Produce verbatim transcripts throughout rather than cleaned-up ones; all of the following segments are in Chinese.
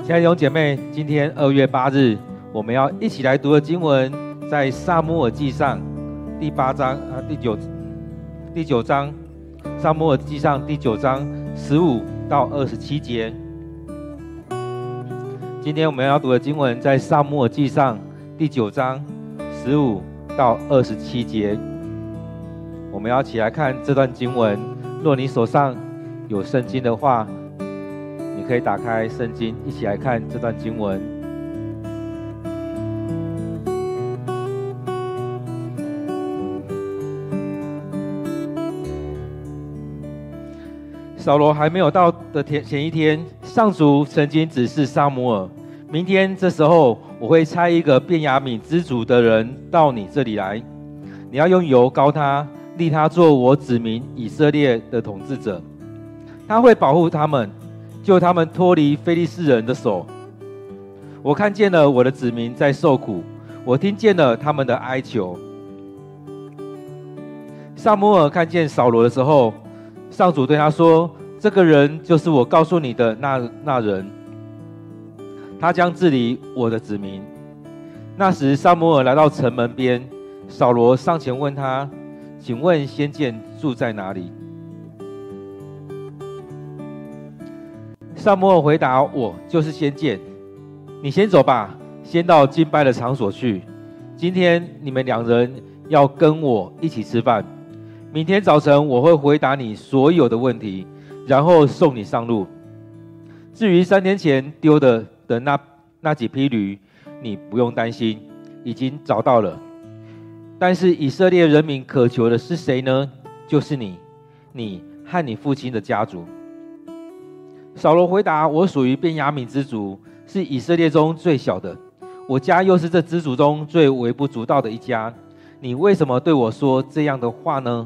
亲爱的弟兄姐妹，今天二月八日，我们要一起来读的经文，在撒母耳记上第八章啊第九第九章，撒母耳记上第九章十五到二十七节。今天我们要读的经文在撒母耳记上第九章十五到二十七节。我们要一起来看这段经文。若你手上有圣经的话，你可以打开圣经，一起来看这段经文。扫罗还没有到的前一天，上主曾经指示撒母耳，明天这时候我会差一个便雅悯支族的人到你这里来，你要用油膏他，立他做我子民以色列的统治者，他会保护他们，救他们脱离非利士人的手。我看见了我的子民在受苦，我听见了他们的哀求。撒母耳看见扫罗的时候，上主对他说：这个人就是我告诉你的那那人，他将治理我的子民。那时撒母耳来到城门边，扫罗上前问他：请问先见住在哪里？撒母耳回答：我就是先见，你先走吧，先到敬拜的场所去。今天你们两人要跟我一起吃饭，明天早晨我会回答你所有的问题，然后送你上路。至于三天前丢的的那那几匹驴，你不用担心，已经找到了。但是以色列人民渴求的是谁呢？就是你，你和你父亲的家族。扫罗回答：我属于便雅悯之族，是以色列中最小的，我家又是这支族中最微不足道的一家，你为什么对我说这样的话呢？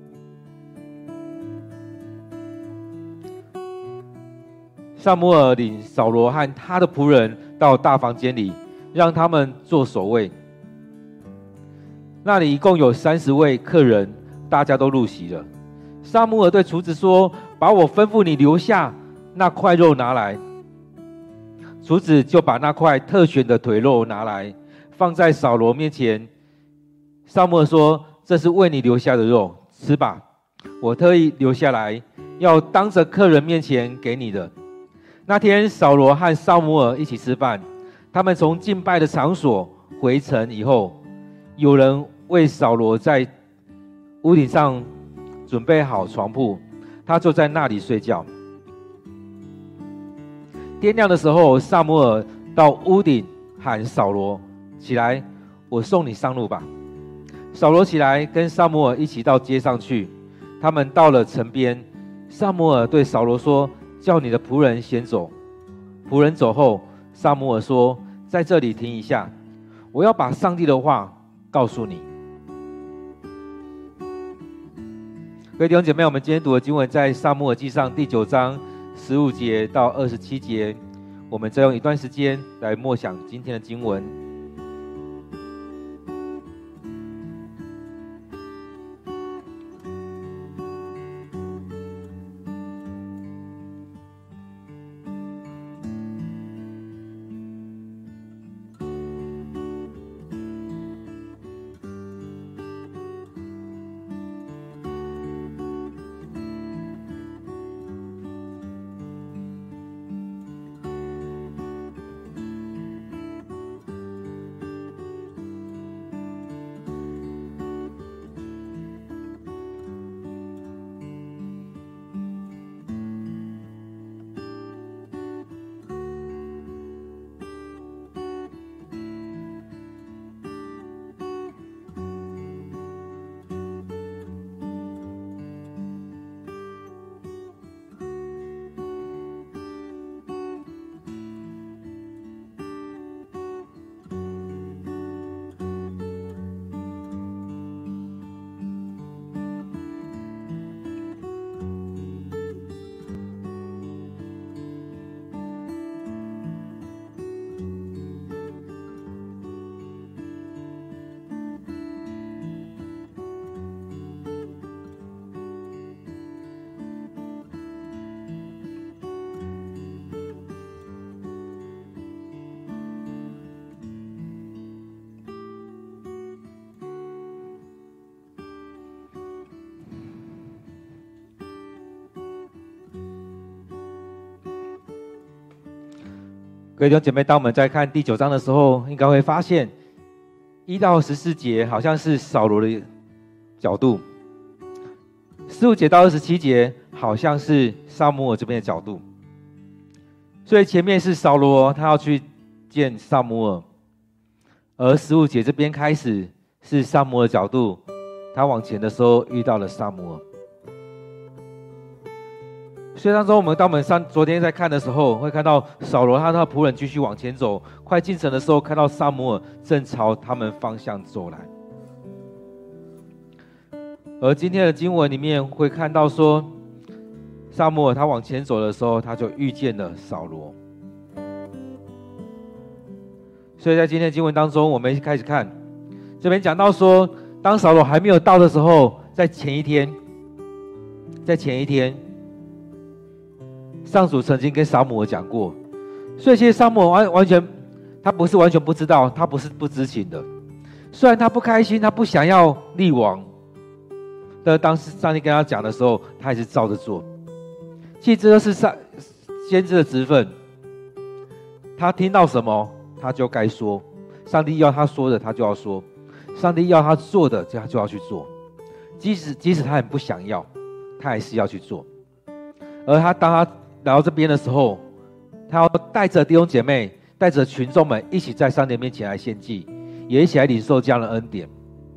撒母耳领扫罗和他的仆人到大房间里，让他们做守卫。那里一共有三十位客人，大家都入席了。撒母耳对厨子说：把我吩咐你留下那块肉拿来。厨子就把那块特选的腿肉拿来，放在扫罗面前。撒母耳说：这是为你留下的肉，吃吧，我特意留下来，要当着客人面前给你的。那天扫罗和撒母耳一起吃饭，他们从敬拜的场所回城以后，有人为扫罗在屋顶上准备好床铺，他就在那里睡觉。天亮的时候，撒母耳到屋顶喊扫罗：起来，我送你上路吧。扫罗起来，跟撒母耳一起到街上去。他们到了城边，撒母耳对扫罗说：叫你的仆人先走。仆人走后，撒母耳说：在这里停一下，我要把上帝的话告诉你。各位弟兄姐妹，我们今天读的经文在撒母耳记上第九章十五节到二十七节，我们再用一段时间来默想今天的经文。 各位弟兄姐妹，当我们在看第九章的时候，应该会发现一到十四节好像是扫罗的角度，十五节到二十七节好像是撒母耳这边的角度。所以前面是扫罗他要去见撒母耳，而十五节这边开始是撒母耳角度，他往前的时候遇到了撒母耳。所以当中我们当我们上昨天在看的时候，会看到扫罗他的仆人继续往前走，快进城的时候，看到撒母耳正朝他们方向走来。而今天的经文里面会看到说，撒母耳他往前走的时候，他就遇见了扫罗。所以在今天的经文当中，我们一开始看这边讲到说，当扫罗还没有到的时候，在前一天，在前一天。上主曾经跟撒母耳讲过，所以其实撒母耳完完全，他不是完全不知道，他不是不知情的。虽然他不开心，他不想要立王，但当时上帝跟他讲的时候，他还是照着做。其实这就是上先知的职分，他听到什么他就该说，上帝要他说的他就要说，上帝要他做的他就要去做，即使即使他很不想要，他还是要去做。而他当他来到这边的时候，他要带着弟兄姐妹，带着群众们一起在上帝面前来献祭，也一起来领受这样的恩典。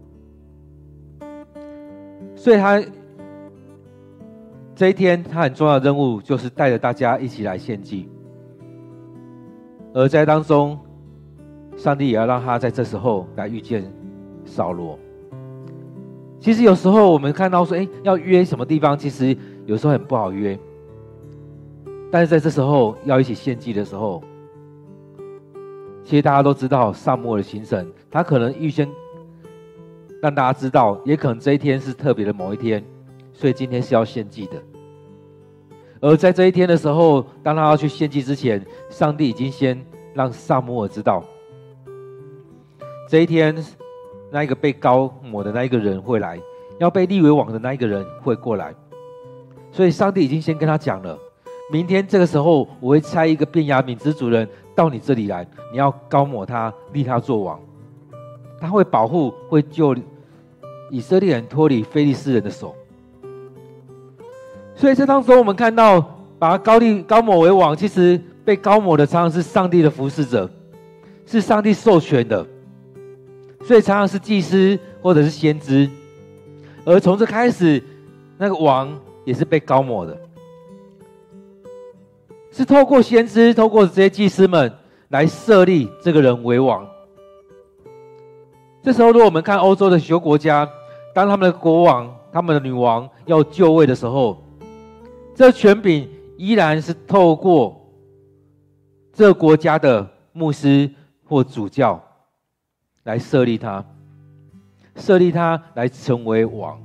所以他这一天他很重要的任务就是带着大家一起来献祭，而在当中上帝也要让他在这时候来遇见扫罗。其实有时候我们看到说，哎，要约什么地方，其实有时候很不好约，但是在这时候要一起献祭的时候，其实大家都知道撒母耳的行程，他可能预先让大家知道，也可能这一天是特别的某一天，所以今天是要献祭的。而在这一天的时候，当他要去献祭之前，上帝已经先让撒母耳知道，这一天那一个被膏抹的那一个人会来，要被立为王的那一个人会过来，所以上帝已经先跟他讲了，明天这个时候我会差一个便雅悯之族人到你这里来，你要膏抹他，立他做王，他会保护，会救以色列人脱离非利士人的手。所以这当中我们看到把他膏立膏抹为王，其实被膏抹的常常是上帝的服侍者，是上帝授权的，所以常常是祭司或者是先知。而从这开始，那个王也是被膏抹的，是透过先知，透过这些祭司们来设立这个人为王。这时候如果我们看欧洲的许多国家，当他们的国王、他们的女王要就位的时候，这权柄依然是透过这个国家的牧师或主教来设立他，设立他来成为王。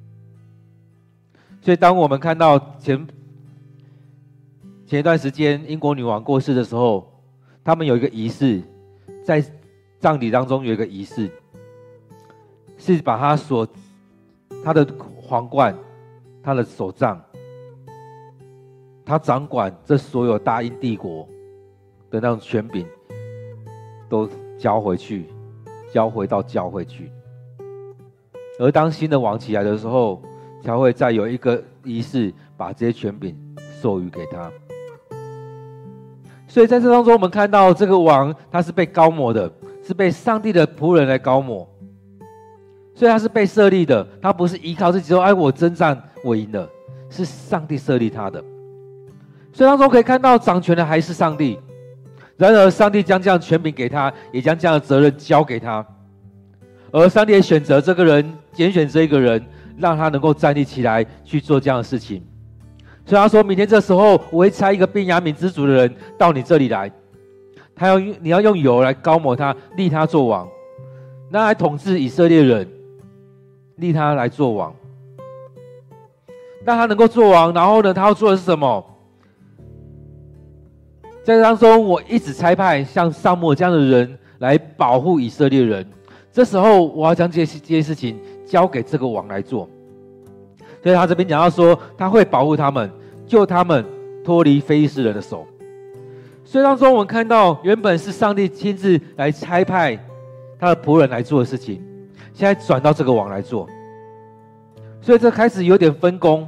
所以当我们看到前前一段时间英国女王过世的时候，他们有一个仪式，在葬礼当中有一个仪式，是把他所他的皇冠、他的手杖，他掌管这所有大英帝国的那种权柄，都交回去，交回到教会去。而当新的王起来的时候，才会再有一个仪式，把这些权柄授予给他。所以在这当中，我们看到这个王，他是被膏抹的，是被上帝的仆人来膏抹，所以他是被设立的，他不是依靠自己说，哎，我征战我赢了，是上帝设立他的。所以当中可以看到，掌权的还是上帝。然而，上帝将这样的权柄给他，也将这样的责任交给他。而上帝也选择这个人，拣选这一个人，让他能够站立起来去做这样的事情。所以他说明天这时候，我会差一个便雅悯之族的人到你这里来，他要你要用油来膏抹他，立他做王，那来统治以色列人，立他来做王。让他能够做王，然后呢，他要做的是什么？在当中，我一直差派像撒母耳这样的人来保护以色列人。这时候，我要将这些这些事情交给这个王来做。所以他这边讲到说，他会保护他们，救他们脱离非利士人的手。 所以当中我们看到，原本是上帝亲自来差派他的仆人来做的事情，现在转到这个王来做。所以这开始有点分工。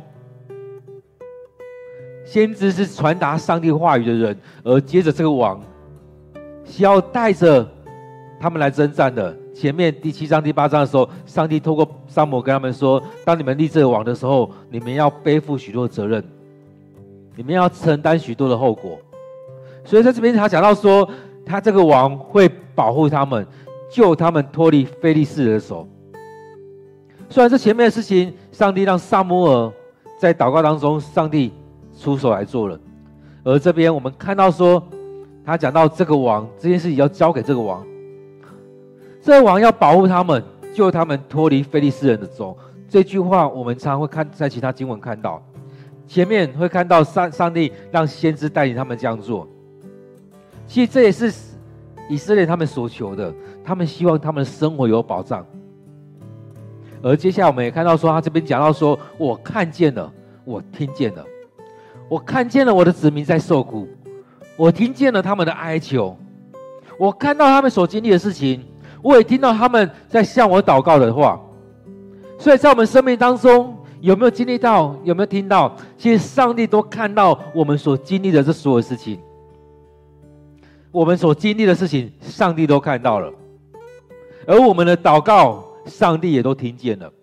先知是传达上帝话语的人，而接着这个王需要带着他们来征战的。前面第七章、第八章的时候，上帝透过撒母耳跟他们说：当你们立这个王的时候，你们要背负许多的责任，你们要承担许多的后果。所以在这边他讲到说，他这个王会保护他们，救他们脱离非利士人的手。虽然这前面的事情，上帝让撒母耳在祷告当中，上帝出手来做了。而这边我们看到说，他讲到这个王，这件事情要交给这个王，这个王要保护他们，救他们脱离非利士人的手。这句话我们常常会看在其他经文看到，前面会看到上上帝让先知带领他们这样做。其实这也是以色列他们所求的，他们希望他们的生活有保障。而接下来我们也看到说，他这边讲到说，我看见了，我听见了，我看见了我的子民在受苦，我听见了他们的哀求，我看到他们所经历的事情，我也听到他们在向我祷告的话。所以在我们生命当中，有没有经历到，有没有听到，其实上帝都看到我们所经历的这所有事情，我们所经历的事情，上帝都看到了，而我们的祷告，上帝也都听见了。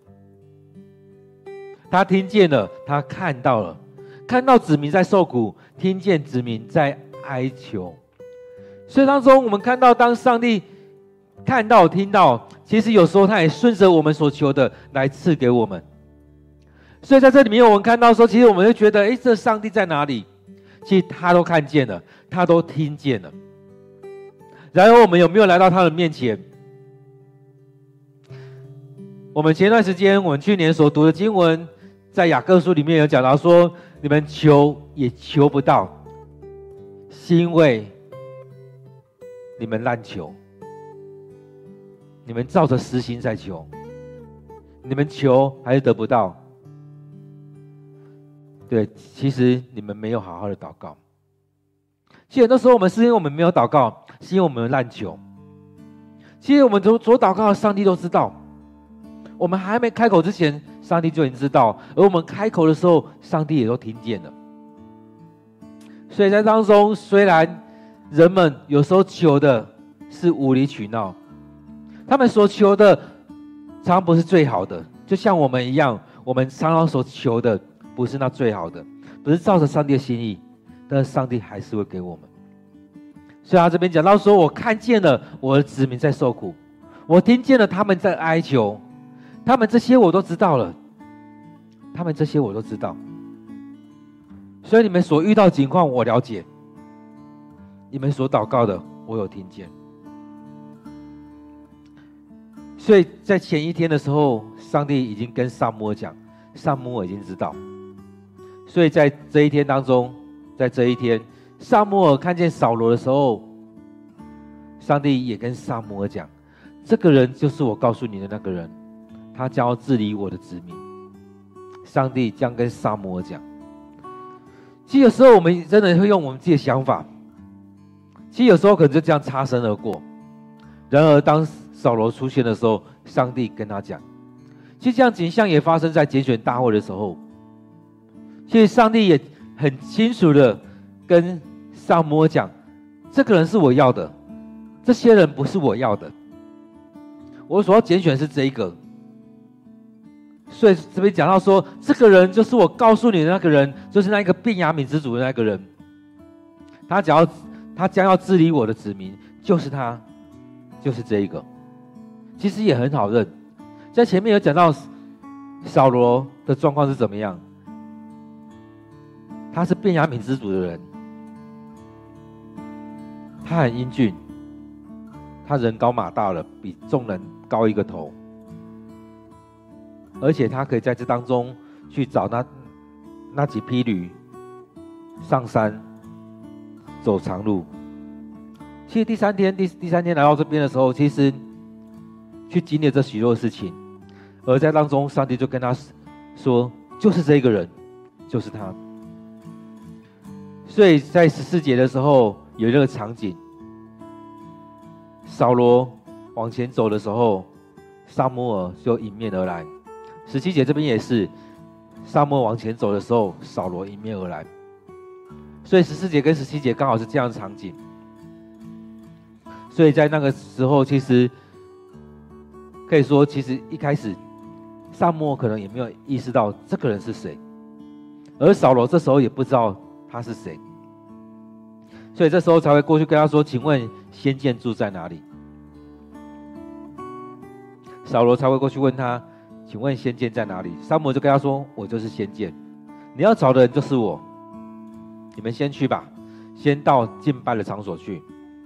他听见了，他看到了，看到子民在受苦，听见子民在哀求。所以当中我们看到，当上帝看到听到，其实有时候他也顺着我们所求的来赐给我们。所以在这里面我们看到说，其实我们会觉得，诶，这上帝在哪里？其实他都看见了，他都听见了。然而我们有没有来到他的面前？我们前段时间我们去年所读的经文，在雅各书里面有讲到说，你们求也求不到，是因为你们滥求，你们照着私心在求，你们求还是得不到。对，其实你们没有好好的祷告。其实很多时候我们是因为我们没有祷告，是因为我们滥求。其实我们所所祷告的，上帝都知道。我们还没开口之前，上帝就已经知道；而我们开口的时候，上帝也都听见了。所以在当中，虽然人们有时候求的是无理取闹，他们所求的常常不是最好的，就像我们一样，我们常常所求的不是那最好的，不是照着上帝的心意，但是上帝还是会给我们。所以他这边讲到说，我看见了我的子民在受苦，我听见了他们在哀求，他们这些我都知道了，他们这些我都知道。所以你们所遇到的情况我了解，你们所祷告的我有听见。所以在前一天的时候，上帝已经跟撒母耳讲，撒母耳已经知道。所以在这一天当中，在这一天，撒母耳看见扫罗的时候，上帝也跟撒母耳讲，这个人就是我告诉你的那个人，他将要治理我的子民。上帝将跟撒母耳讲。其实有时候我们真的会用我们自己的想法，其实有时候可能就这样擦身而过。然而当扫罗出现的时候，上帝跟他讲。其实这样景象也发生在拣选大会的时候。其实上帝也很清楚的跟撒母耳讲，这个人是我要的，这些人不是我要的，我所要拣选是这一个。所以这边讲到说，这个人就是我告诉你的那个人，就是那一个便雅悯之族的那个人，他将要他将要治理我的子民，就是他，就是这一个。其实也很好认，在前面有讲到扫罗的状况是怎么样，他是便雅悯之族的人，他很英俊，他人高马大了，比众人高一个头，而且他可以在这当中去找那那几匹驴上山走长路。其实第三天第第三天来到这边的时候，其实去经历这许多的事情，而在当中上帝就跟他说，就是这个人，就是他。所以在十四节的时候， 有那个场景，扫罗往前走的时候，撒母耳就迎面而来。十七节这边也是，撒母耳往前走的时候，扫罗迎面而来。所以十四节跟十七节刚好是这样的场景。所以在那个时候，其实可以说，其实一开始撒母耳可能也没有意识到这个人是谁，而扫罗这时候也不知道他是谁，所以这时候才会过去跟他说：“请问先见住在哪里？”扫罗才会过去问他：“请问先见在哪里？”撒母耳就跟他说：“我就是先见，你要找的人就是我，你们先去吧，先到敬拜的场所去。”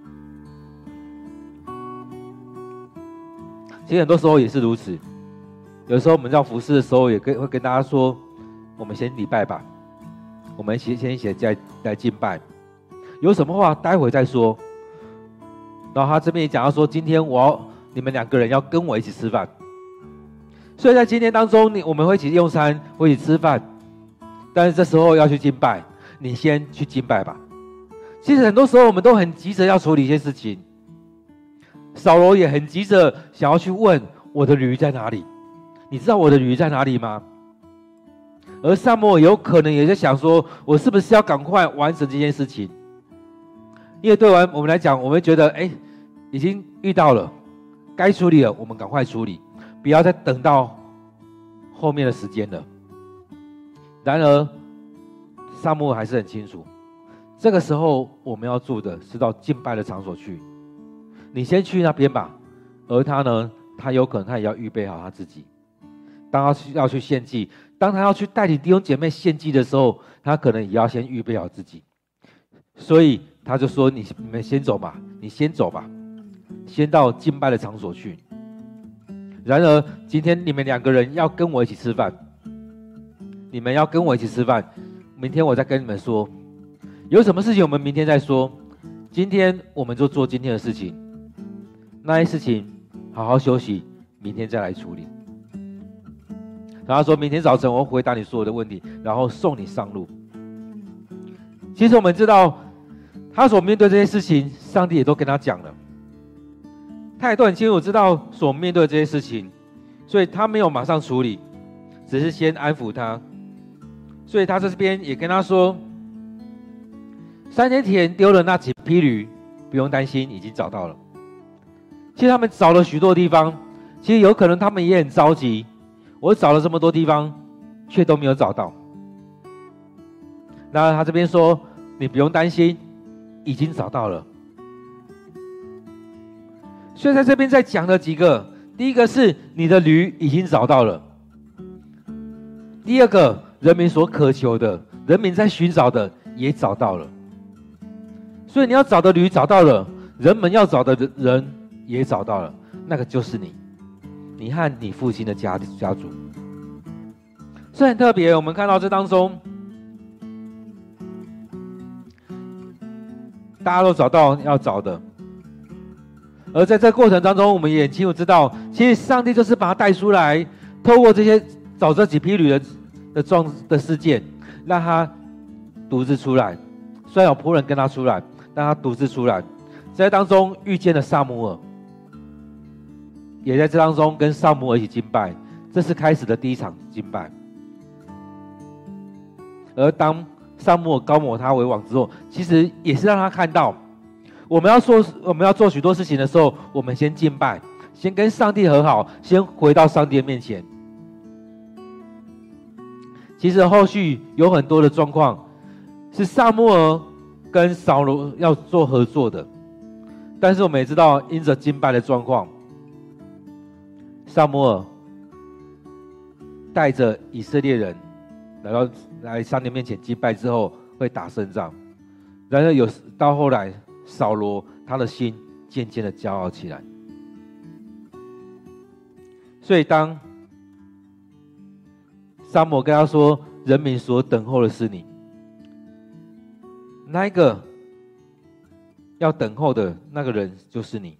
其实很多时候也是如此，有时候我们在服事的时候，也跟会跟大家说：“我们先礼拜吧，我们先先一起来来敬拜，有什么话待会再说。”然后他这边也讲到说：“今天我要你们两个人要跟我一起吃饭。”所以在今天当中，你我们会一起用餐，会一起吃饭，但是这时候要去敬拜，你先去敬拜吧。其实很多时候我们都很急着要处理一些事情。扫罗也很急着想要去问我的驴在哪里，你知道我的驴在哪里吗？而撒母耳有可能也在想说，我是不是要赶快完成这件事情？因为对完我们来讲，我们觉得哎，已经遇到了，该处理了，我们赶快处理，不要再等到后面的时间了。然而撒母耳还是很清楚，这个时候我们要做的是到敬拜的场所去。你先去那边吧，而他呢，他有可能他也要预备好他自己。当他要去献祭，当他要去带领弟兄姐妹献祭的时候，他可能也要先预备好自己。所以他就说：“你你们先走吧，你先走吧，先到敬拜的场所去。然而今天你们两个人要跟我一起吃饭，你们要跟我一起吃饭，明天我再跟你们说。有什么事情我们明天再说，今天我们就做今天的事情。那些事情好好休息，明天再来处理。”然后他说：“明天早晨我会回答你所有的问题，然后送你上路。”其实我们知道，他所面对这些事情，上帝也都跟他讲了，他也都很清楚知道所面对的这些事情，所以他没有马上处理，只是先安抚他。所以他这边也跟他说：“三天前丢了那几匹驴，不用担心，已经找到了。”其实他们找了许多地方，其实有可能他们也很着急。我找了这么多地方，却都没有找到。那他这边说：“你不用担心，已经找到了。”所以在这边再讲了几个，第一个是你的驴已经找到了，第二个人民所渴求的，人民在寻找的也找到了。所以你要找的驴找到了，人们要找的人也找到了，那个就是你，你和你父亲的家家族。所以很特别，我们看到这当中，大家都找到要找的，而在这个过程当中，我们也很清楚知道，其实上帝就是把他带出来，透过这些找这几匹驴的的状的事件，让他独自出来。虽然有仆人跟他出来，但他独自出来，在当中遇见了撒母耳，也在这当中跟撒母耳一起敬拜，这是开始的第一场敬拜。而当撒母耳膏抹他为王之后，其实也是让他看到，我们要做我们要做许多事情的时候，我们先敬拜，先跟上帝和好，先回到上帝的面前。其实后续有很多的状况，是撒母耳跟扫罗要做合作的，但是我们也知道，因着敬拜的状况，撒母耳带着以色列人来到来上帝面前敬拜之后，会打胜仗。然而有到后来，扫罗他的心渐渐的骄傲起来。所以当撒母耳跟他说：“人民所等候的是你。”那一个要等候的那个人就是你。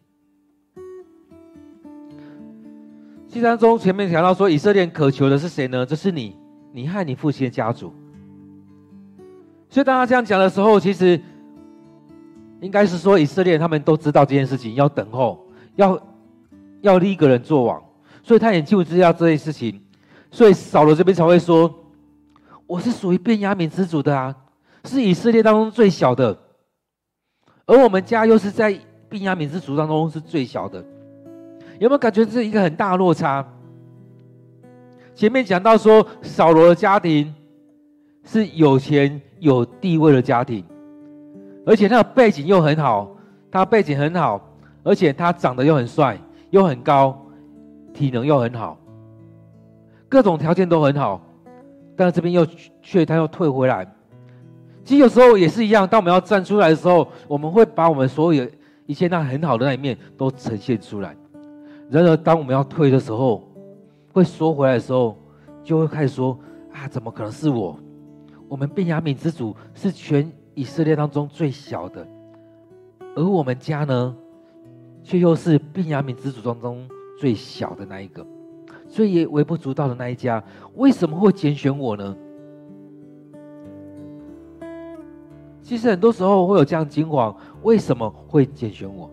记章中前面讲到说，以色列人渴求的是谁呢？就是你，你和你父亲的家族。所以当他这样讲的时候，其实应该是说以色列他们都知道这件事情，要等候，要要立一个人做王，所以他也就知道这件事情，所以扫罗这边才会说，我是属于便雅悯之族的啊，是以色列当中最小的，而我们家又是在便雅悯之族当中是最小的，有没有感觉这是一个很大的落差？前面讲到说，扫罗的家庭是有钱有地位的家庭，而且他的背景又很好，他背景很好，而且他长得又很帅，又很高，体能又很好，各种条件都很好，但是这边又却他又退回来。其实有时候也是一样，当我们要站出来的时候，我们会把我们所有一切那很好的那一面都呈现出来。然而当我们要退的时候，会缩回来的时候，就会开始说啊，怎么可能是我？我们便雅悯之族是全以色列当中最小的，而我们家呢，却又是便雅悯之族当中最小的那一个，所以也微不足道的那一家，为什么会拣选我呢？其实很多时候会有这样惊惶，为什么会拣选我？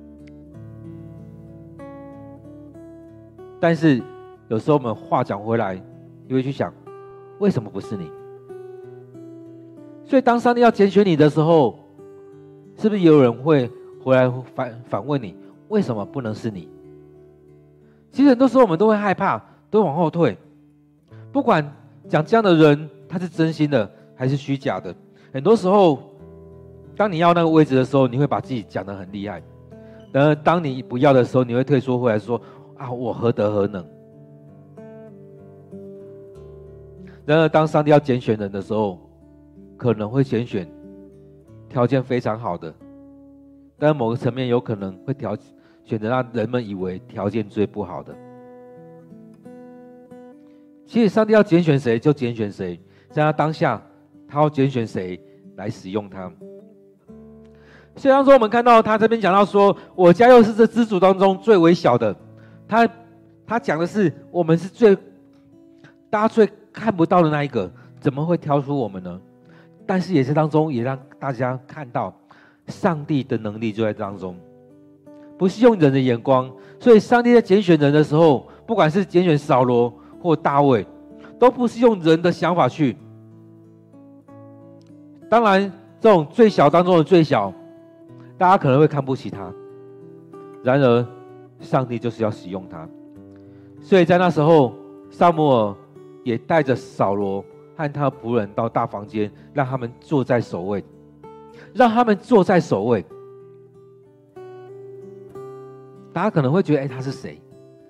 但是有时候我们话讲回来，你会去想，为什么不是你？所以当上帝要拣选你的时候，是不是也有人会回来反反问你，为什么不能是你？其实很多时候我们都会害怕，都会往后退。不管讲这样的人他是真心的还是虚假的，很多时候当你要那个位置的时候，你会把自己讲得很厉害，然而当你不要的时候，你会退缩回来说啊，我何德何能？然而当上帝要拣选人的时候，可能会拣选条件非常好的，但某个层面有可能会挑选择让人们以为条件最不好的。其实上帝要拣选谁就拣选谁，在他当下他要拣选谁来使用他。虽然说我们看到他这边讲到说，我家又是这支族当中最微小的，他他讲的是我们是最大家最看不到的那一个，怎么会挑出我们呢？但是也是当中也让大家看到上帝的能力就在当中，不是用人的眼光。所以上帝在拣选人的时候，不管是拣选扫罗或大卫，都不是用人的想法去。当然这种最小当中的最小，大家可能会看不起他，然而上帝就是要使用他。所以在那时候，撒母耳也带着扫罗和他的仆人到大房间，让他们坐在首位，让他们坐在首位。大家可能会觉得，哎，他是谁？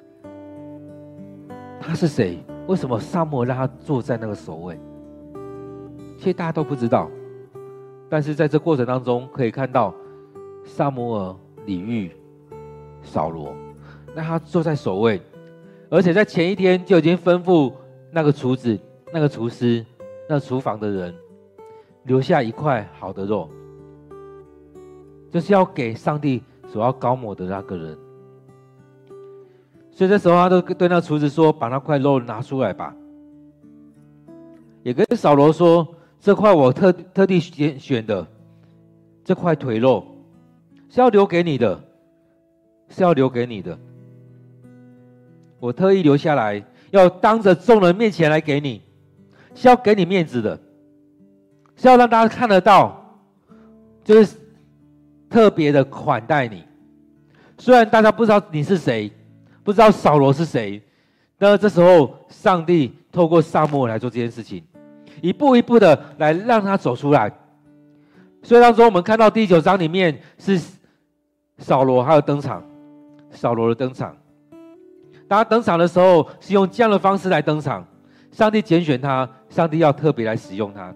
他是谁？为什么撒母耳让他坐在那个首位？其实大家都不知道，但是在这过程当中可以看到，撒母耳礼遇扫罗，让他坐在首位，而且在前一天就已经吩咐那个厨子、那个厨师、那个厨房的人，留下一块好的肉，就是要给上帝所要膏抹的那个人。所以这时候他都对那个厨子说：“把那块肉拿出来吧。”也跟扫罗说：“这块我特特地选选的，这块腿肉是要留给你的，是要留给你的。我特意留下来，要当着众人面前来给你，是要给你面子的，是要让大家看得到，就是特别的款待你。虽然大家不知道你是谁，不知道扫罗是谁，但是这时候上帝透过撒母耳来做这件事情，一步一步的来让他走出来。所以当中我们看到第九章里面是扫罗还有登场，扫罗的登场。当他登场的时候，是用这样的方式来登场。上帝拣选他，上帝要特别来使用他。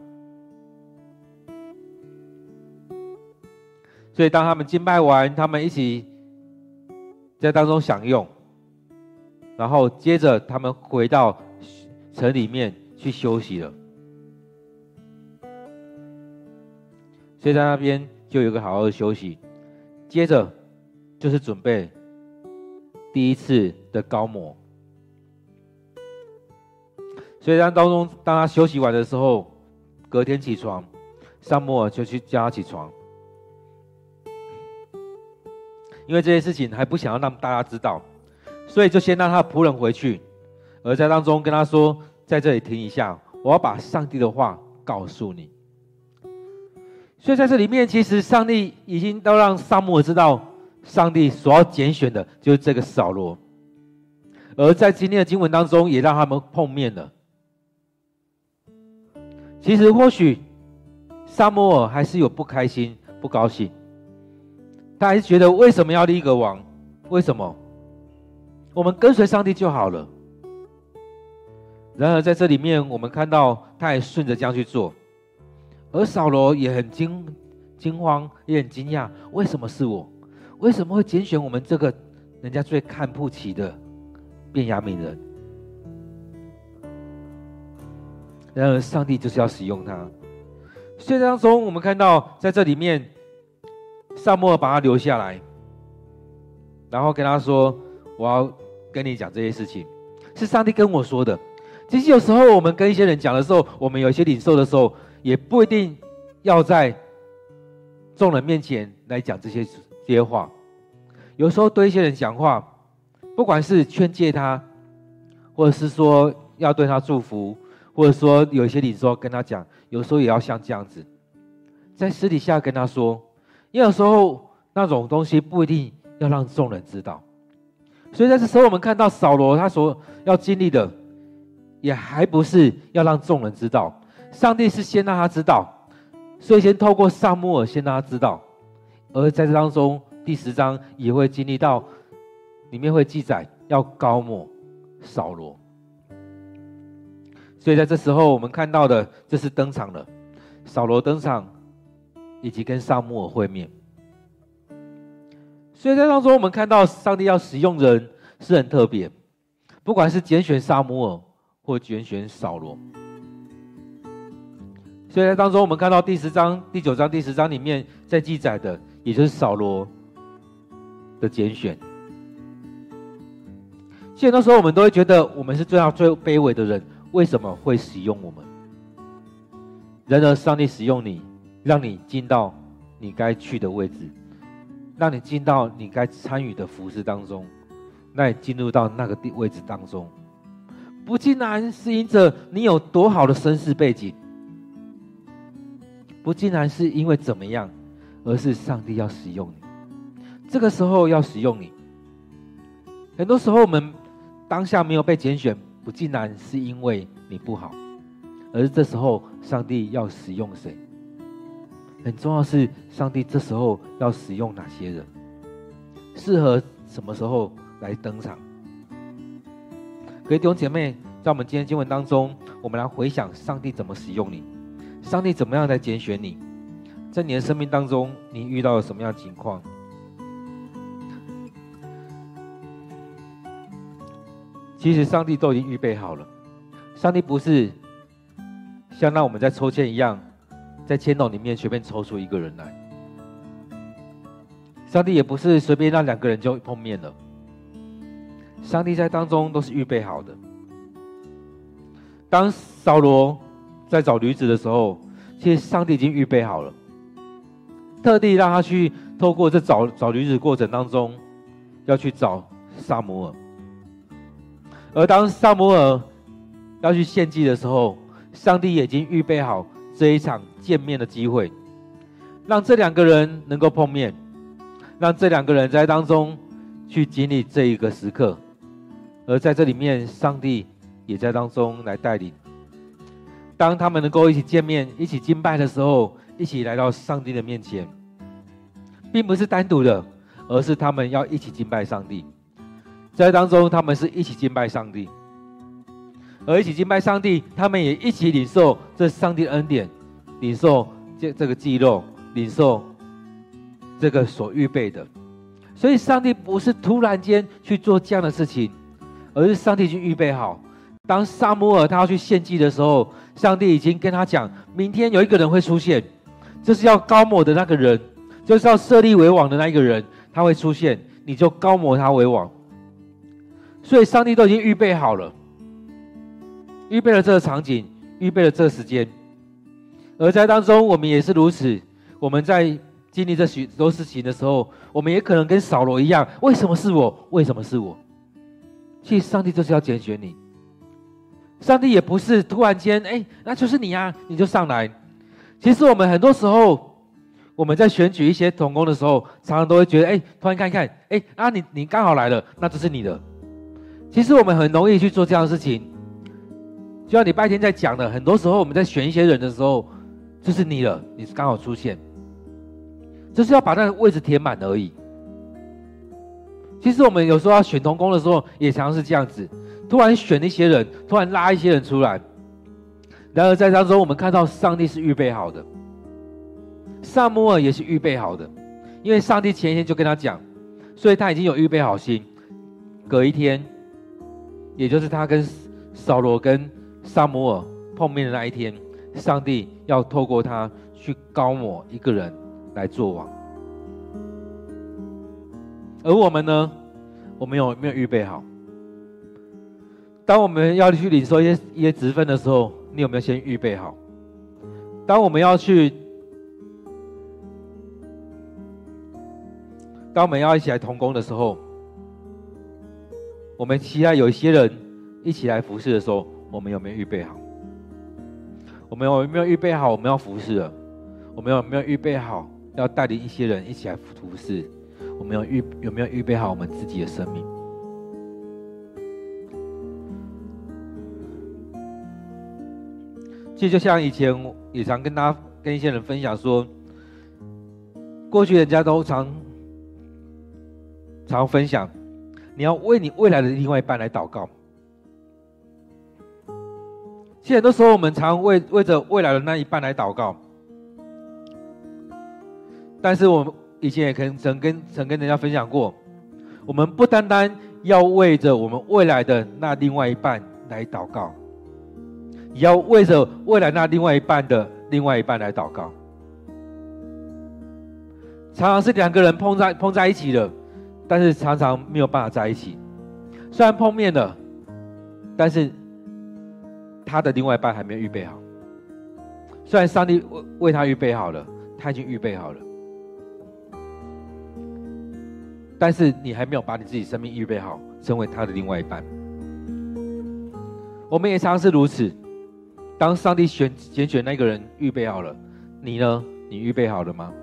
所以当他们敬拜完，他们一起在当中享用，然后接着他们回到城里面去休息了。所以在那边就有一个好好的休息，接着就是准备第一次的膏抹。所以在当中，当他休息完的时候，隔天起床，撒母耳就去叫他起床。 因为这些事情还不想要让大家知道，所以就先让他的仆人回去，而在当中跟他说，在这里停一下，我要把上帝的话告诉你。所以在这里面，其实上帝已经都让撒母耳知道，上帝所要拣选的就是这个扫罗。而在今天的经文当中，也让他们碰面了。其实或许撒母耳还是有不开心、不高兴，他还是觉得为什么要立一个王？为什么？我们跟随上帝就好了。然而在这里面，我们看到他也顺着这样去做。而扫罗也很惊惊慌，也很惊讶，为什么是我？为什么会拣选我们这个人家最看不起的便雅悯人？然而上帝就是要使用他。所以当中我们看到，在这里面，撒母耳把他留下来，然后跟他说：“我要跟你讲这些事情，是上帝跟我说的。”其实有时候我们跟一些人讲的时候，我们有一些领受的时候，也不一定要在众人面前来讲这些这些话。有时候对一些人讲话，不管是劝诫他，或者是说要对他祝福，或者说有一些领受跟他讲，有时候也要像这样子，在私底下跟他说，因为有时候那种东西不一定要让众人知道。所以在这时候，我们看到扫罗他所要经历的，也还不是要让众人知道，上帝是先让他知道，所以先透过撒母耳先让他知道。而在这当中，第十章也会经历到，里面会记载要膏抹扫罗。所以在这时候，我们看到的这是登场了，扫罗登场，以及跟撒母耳会面。所以在当中，我们看到上帝要使用人是很特别，不管是拣选撒母耳或拣选扫罗。所以在当中，我们看到第十章、第九章、第十章里面在记载的，也就是扫罗的拣选。其实那时候我们都会觉得，我们是最好最卑微的人，为什么会使用我们？然而，上帝使用你，让你进到你该去的位置，让你进到你该参与的服事当中，让你进入到那个位置当中。不竟然是因着你有多好的身世背景，不竟然是因为怎么样，而是上帝要使用你。这个时候要使用你。很多时候我们当下没有被拣选，不竟然是因为你不好，而是这时候上帝要使用谁？很重要的是，上帝这时候要使用哪些人？适合什么时候来登场？各位弟兄姐妹，在我们今天经文当中，我们来回想上帝怎么使用你，上帝怎么样来拣选你，在你的生命当中，你遇到了什么样的情况？其实上帝都已经预备好了，上帝不是像让我们在抽签一样，在签筒里面随便抽出一个人来，上帝也不是随便让两个人就碰面了，上帝在当中都是预备好的。当扫罗在找驴子的时候，其实上帝已经预备好了，特地让他去透过这找找驴子过程当中，要去找撒母耳。而当撒母耳要去献祭的时候，上帝也已经预备好这一场见面的机会，让这两个人能够碰面，让这两个人在当中去经历这一个时刻。而在这里面，上帝也在当中来带领。当他们能够一起见面、一起敬拜的时候，一起来到上帝的面前，并不是单独的，而是他们要一起敬拜上帝。在当中，他们是一起敬拜上帝，而一起敬拜上帝，他们也一起领受这上帝的恩典，领受这这个祭肉，领受这个所预备的。所以，上帝不是突然间去做这样的事情，而是上帝已经预备好。当撒母耳他要去献祭的时候，上帝已经跟他讲，明天有一个人会出现，就是要膏抹的那个人，就是要设立为王的那一个人，他会出现，你就膏抹他为王。所以上帝都已经预备好了，预备了这个场景，预备了这个时间。而在当中，我们也是如此。我们在经历这许多事情的时候，我们也可能跟扫罗一样，为什么是我？为什么是我？其实上帝就是要拣选你。上帝也不是突然间，哎，那就是你啊，你就上来。其实我们很多时候，我们在选举一些同工的时候，常常都会觉得，哎，突然看一看，哎，啊你你刚好来了，那就是你的。其实我们很容易去做这样的事情。就像礼拜天在讲的，很多时候我们在选一些人的时候，就是你了，你刚好出现，就是要把那个位置填满而已。其实我们有时候要选同工的时候，也常常是这样子，突然选一些人，突然拉一些人出来。然而在当中，我们看到上帝是预备好的，撒母耳也是预备好的，因为上帝前一天就跟他讲，所以他已经有预备好心。隔一天，也就是他跟扫罗跟撒母耳碰面的那一天，上帝要透过他去膏抹一个人来做王。而我们呢，我们有没有预备好？当我们要去领受一些一些职分的时候，你有没有先预备好？当我们要去，当我们要一起来同工的时候，我们期待有一些人一起来服侍的时候，我们有没有预备好？我们有没有预备好我们要服侍了？我们有没有预备好要带领一些人一起来服侍？我们有预有没有预备好我们自己的生命？其实就像以前也常跟大家跟一些人分享说，过去人家都常常分享，你要为你未来的另外一半来祷告。其实很多时候我们常为为着未来的那一半来祷告，但是我们以前也可能曾跟曾跟人家分享过，我们不单单要为着我们未来的那另外一半来祷告，也要为着未来那另外一半的另外一半来祷告。常常是两个人碰在碰在一起了，但是常常没有办法在一起。虽然碰面了，但是他的另外一半还没有预备好。虽然上帝为他预备好了，他已经预备好了，但是你还没有把你自己生命预备好，成为他的另外一半。我们也常常是如此。当上帝选拣选那个人预备好了，你呢？你预备好了吗？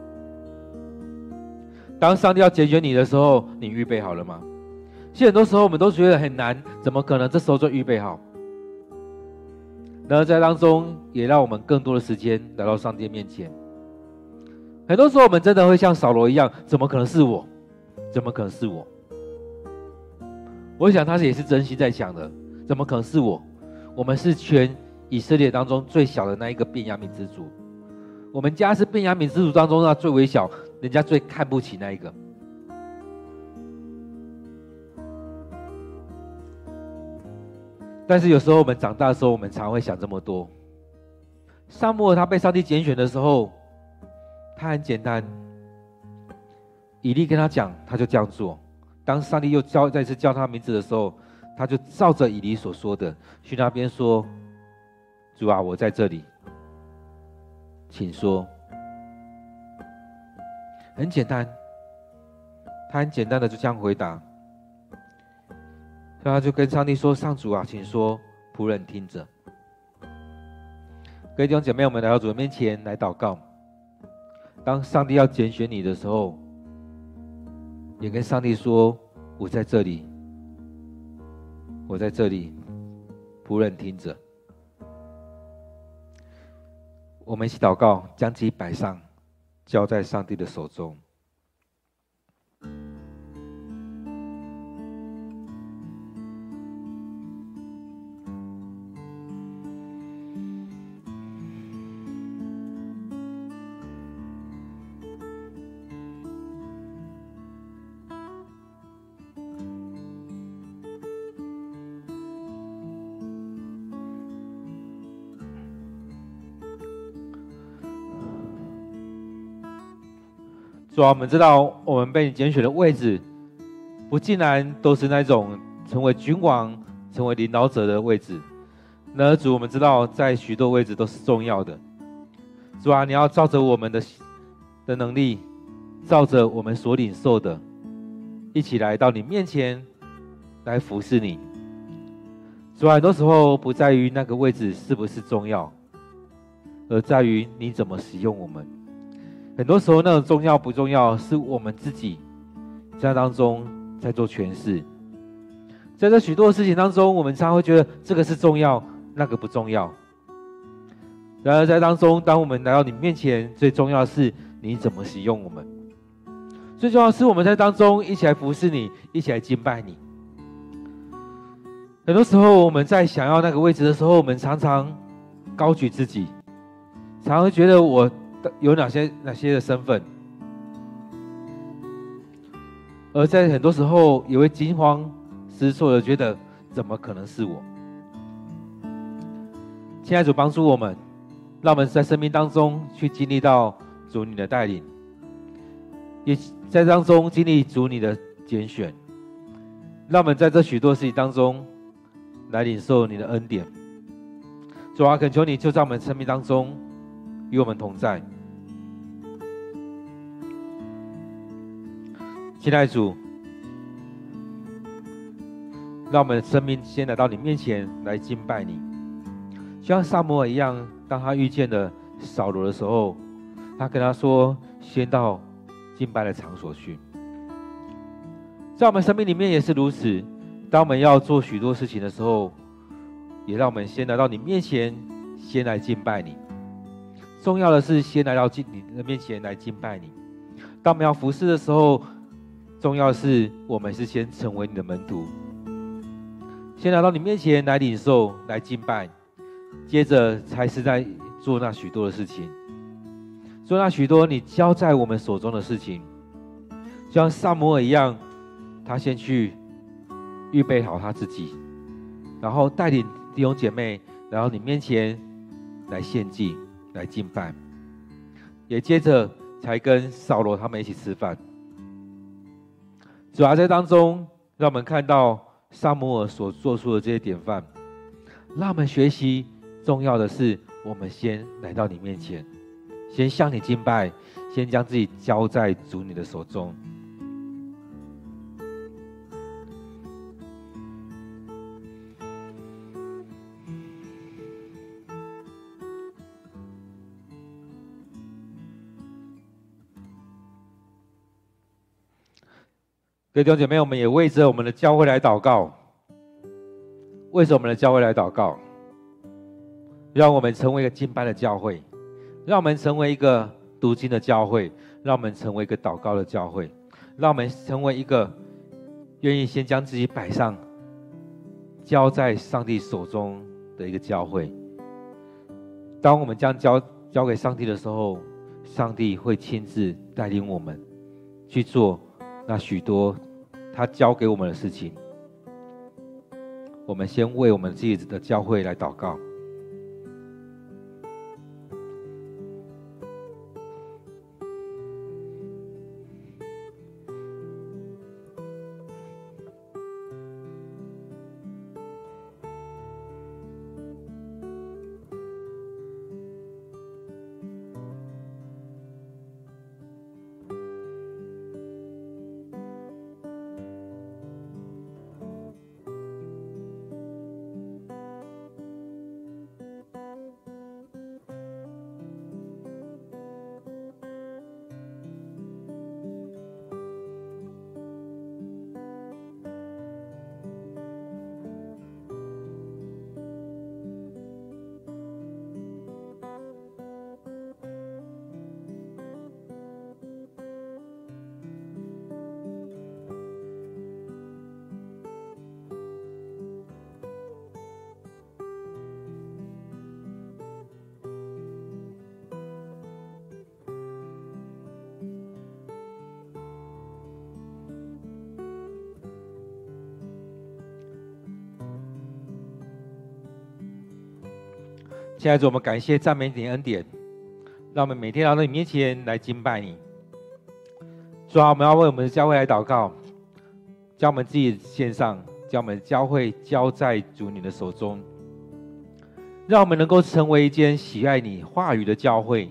当上帝要拣选你的时候，你预备好了吗？其实很多时候我们都觉得很难，怎么可能这时候就预备好？然而在当中，也让我们更多的时间来到上帝面前。很多时候我们真的会像扫罗一样，怎么可能是我？怎么可能是我？我想他也是真心在想的，怎么可能是我？我们是全以色列当中最小的那一个便雅悯之族，我们家是便雅悯之族当中那最微小，人家最看不起那一个。但是有时候我们长大的时候，我们常会想这么多。撒母耳他被上帝拣选的时候，他很简单，以利跟他讲，他就这样做。当上帝又叫再次叫他名字的时候，他就照着以利所说的，去那边说：“主啊，我在这里，请说。”很简单，他很简单的就这样回答。所以他就跟上帝说：“上主啊，请说，仆人听着。”各位弟兄姐妹，我们来到主的面前来祷告。当上帝要拣选你的时候，也跟上帝说：“我在这里，我在这里，仆人听着。”我们一起祷告，将自己摆上，交在上帝的手中。主啊，我们知道我们被你拣选的位置，不尽然都是那种成为君王、成为领导者的位置。然而主，我们知道在许多位置都是重要的。主啊，你要照着我们的的能力， 照着我们所领受的，一起来到你面前来服侍你。主啊，很多时候不在于那个位置是不是重要，而在于你怎么使用我们。很多时候那种重要不重要，是我们自己在当中在做诠释。在这许多的事情当中，我们常常会觉得这个是重要，那个不重要。然而在当中，当我们来到你面前，最重要的是你怎么使用我们。最重要的是我们在当中一起来服侍你，一起来敬拜你。很多时候我们在想要那个位置的时候，我们常常高举自己，常常会觉得我有哪些哪些的身份，而在很多时候也会惊慌失措的觉得怎么可能是我。亲爱的主，帮助我们，让我们在生命当中去经历到主你的带领，也在当中经历主你的拣选，让我们在这许多事情当中来领受你的恩典。主啊，恳求你就在我们生命当中与我们同在。亲爱的主，让我们的生命先来到你面前来敬拜你，就像撒母耳一样，当他遇见了扫罗的时候，他跟他说先到敬拜的场所去。在我们生命里面也是如此，当我们要做许多事情的时候，也让我们先来到你面前，先来敬拜你。重要的是先来到你的面前来敬拜你。当我们要服侍的时候，重要的是我们是先成为你的门徒，先来到你面前来领受来敬拜，接着才是在做那许多的事情，做那许多你交在我们手中的事情。就像撒母耳一样，他先去预备好他自己，然后带领弟兄姐妹来到你面前来献祭来敬拜，也接着才跟扫罗他们一起吃饭。主要在当中让我们看到撒母耳所做出的这些典范，让我们学习重要的是我们先来到你面前，先向你敬拜，先将自己交在主你的手中。各位弟兄姐妹，我们也为着我们的教会来祷告，为着我们的教会来祷告，让我们成为一个敬拜的教会，让我们成为一个读经的教会，让我们成为一个祷告的教会，让我们成为一个愿意先将自己摆上，交在上帝手中的一个教会。当我们将交交给上帝的时候，上帝会亲自带领我们去做那许多他交给我们的事情。我们先为我们自己的教会来祷告。亲爱的主，我们感谢赞美你的恩典，让我们每天来到你面前来敬拜你。主啊，我们要为我们的教会来祷告，将我们自己献上，将我们的教会交在主你的手中，让我们能够成为一间喜爱你话语的教会，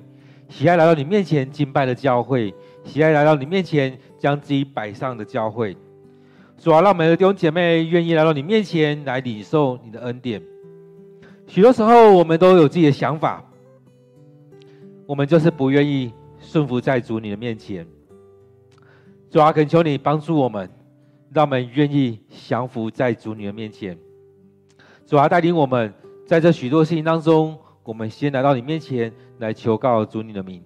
喜爱来到你面前敬拜的教会，喜爱来到你面前将自己摆上的教会。主啊，让我们的弟兄姐妹愿意来到你面前来领受你的恩典。许多时候我们都有自己的想法，我们就是不愿意顺服在主你的面前。主啊，恳求你帮助我们，让我们愿意降服在主你的面前。主啊，带领我们在这许多事情当中，我们先来到你面前来求告主你的名。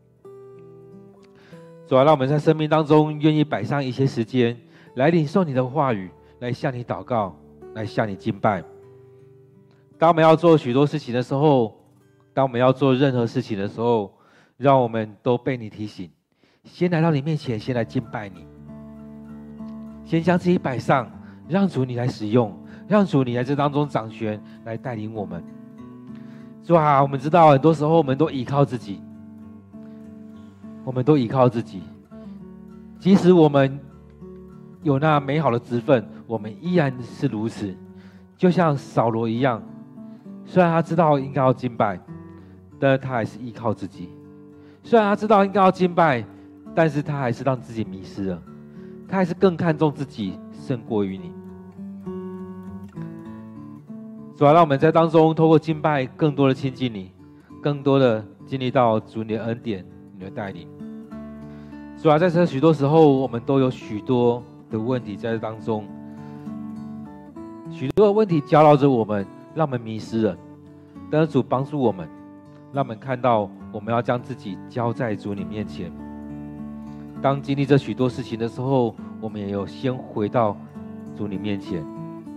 主啊，让我们在生命当中愿意摆上一些时间来领受你的话语，来向你祷告，来向你敬拜。当我们要做许多事情的时候，当我们要做任何事情的时候，让我们都被你提醒，先来到你面前，先来敬拜你，先将自己摆上，让主你来使用，让主你在这当中掌权，来带领我们。主啊，我们知道很多时候我们都依靠自己，我们都依靠自己，即使我们有那美好的职分，我们依然是如此。就像扫罗一样，虽然他知道应该要敬拜，但是他还是依靠自己。虽然他知道应该要敬拜，但是他还是让自己迷失了，他还是更看重自己胜过于你。主啊，让我们在当中透过敬拜更多的亲近你，更多的经历到主你的恩典，你的带领。主啊，在这许多时候我们都有许多的问题在这当中，许多的问题搅扰着我们，让我们迷失了。但是主帮助我们，让我们看到我们要将自己交在主你面前。当经历这许多事情的时候，我们也有先回到主你面前。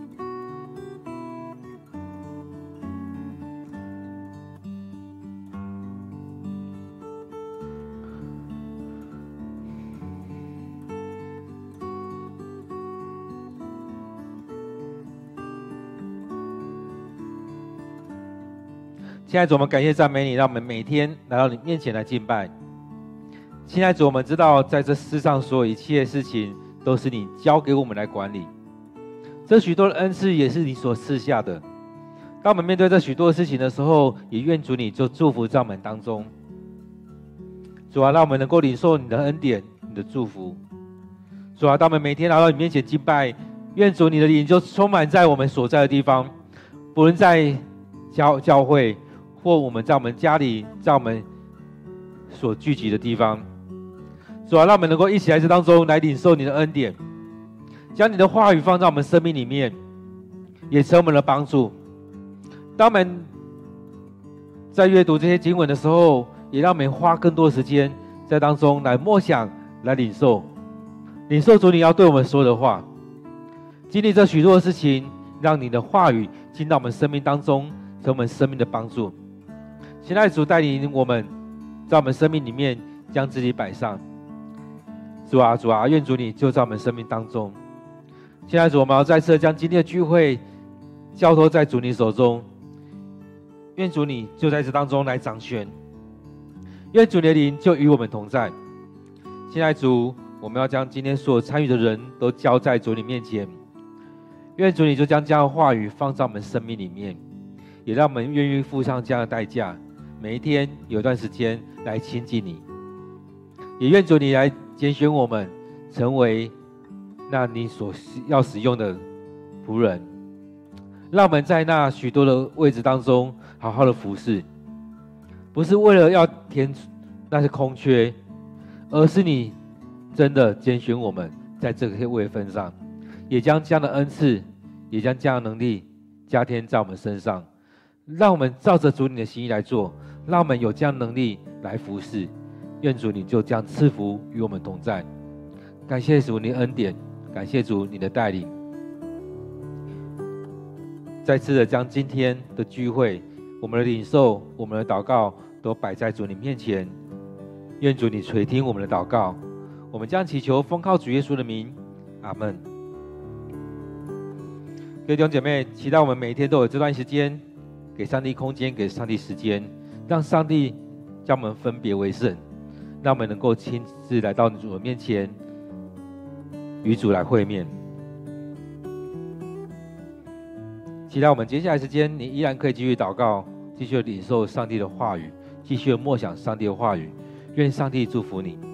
亲爱的主，我们感谢赞美你，让我们每天来到你面前来敬拜。亲爱的主，我们知道在这世上所有一切事情都是你交给我们来管理，这许多的恩赐也是你所赐下的。当我们面对这许多的事情的时候，也愿主你就祝福在我们当中。主啊，让我们能够领受你的恩典，你的祝福。主啊，当我们每天来到你面前敬拜，愿主你的灵就充满在我们所在的地方，不论在教教会，或我们在我们家里，在我们所聚集的地方。主啊，让我们能够一起在这当中来领受你的恩典，将你的话语放在我们生命里面，也成我们的帮助。当我们在阅读这些经文的时候，也让我们花更多的时间在当中来默想，来领受领受主你要对我们说的话。经历这许多的事情，让你的话语进到我们生命当中，成为我们生命的帮助。现在主带领我们在我们生命里面将自己摆上。主啊，主啊，愿主你就在我们生命当中。现在主，我们要再次将今天的聚会交托在主你手中，愿主你就在这当中来掌权，愿主你的灵就与我们同在。现在主，我们要将今天所有参与的人都交在主你面前，愿主你就将这样的话语放在我们生命里面，也让我们愿意付上这样的代价，每一天有一段时间来亲近你。也愿主你来拣选我们，成为那你所要使用的仆人，让我们在那许多的位置当中好好的服侍，不是为了要填那些空缺，而是你真的拣选我们在这些位分上，也将这样的恩赐，也将这样的能力加添在我们身上，让我们照着主你的心意来做，让我们有这样的能力来服侍。愿主你就这样赐福与我们同在。感谢主你的恩典，感谢主你的带领。再次的将今天的聚会，我们的领受，我们的祷告都摆在主你面前。愿主你垂听我们的祷告，我们将祈求奉靠主耶稣的名，阿们。各位弟兄姐妹，期待我们每一天都有这段时间，给上帝空间，给上帝时间，让上帝将我们分别为圣，让我们能够亲自来到主的面前，与主来会面。期待我们接下来时间，你依然可以继续祷告，继续领受上帝的话语， 继续默想上帝的话语。愿上帝祝福你。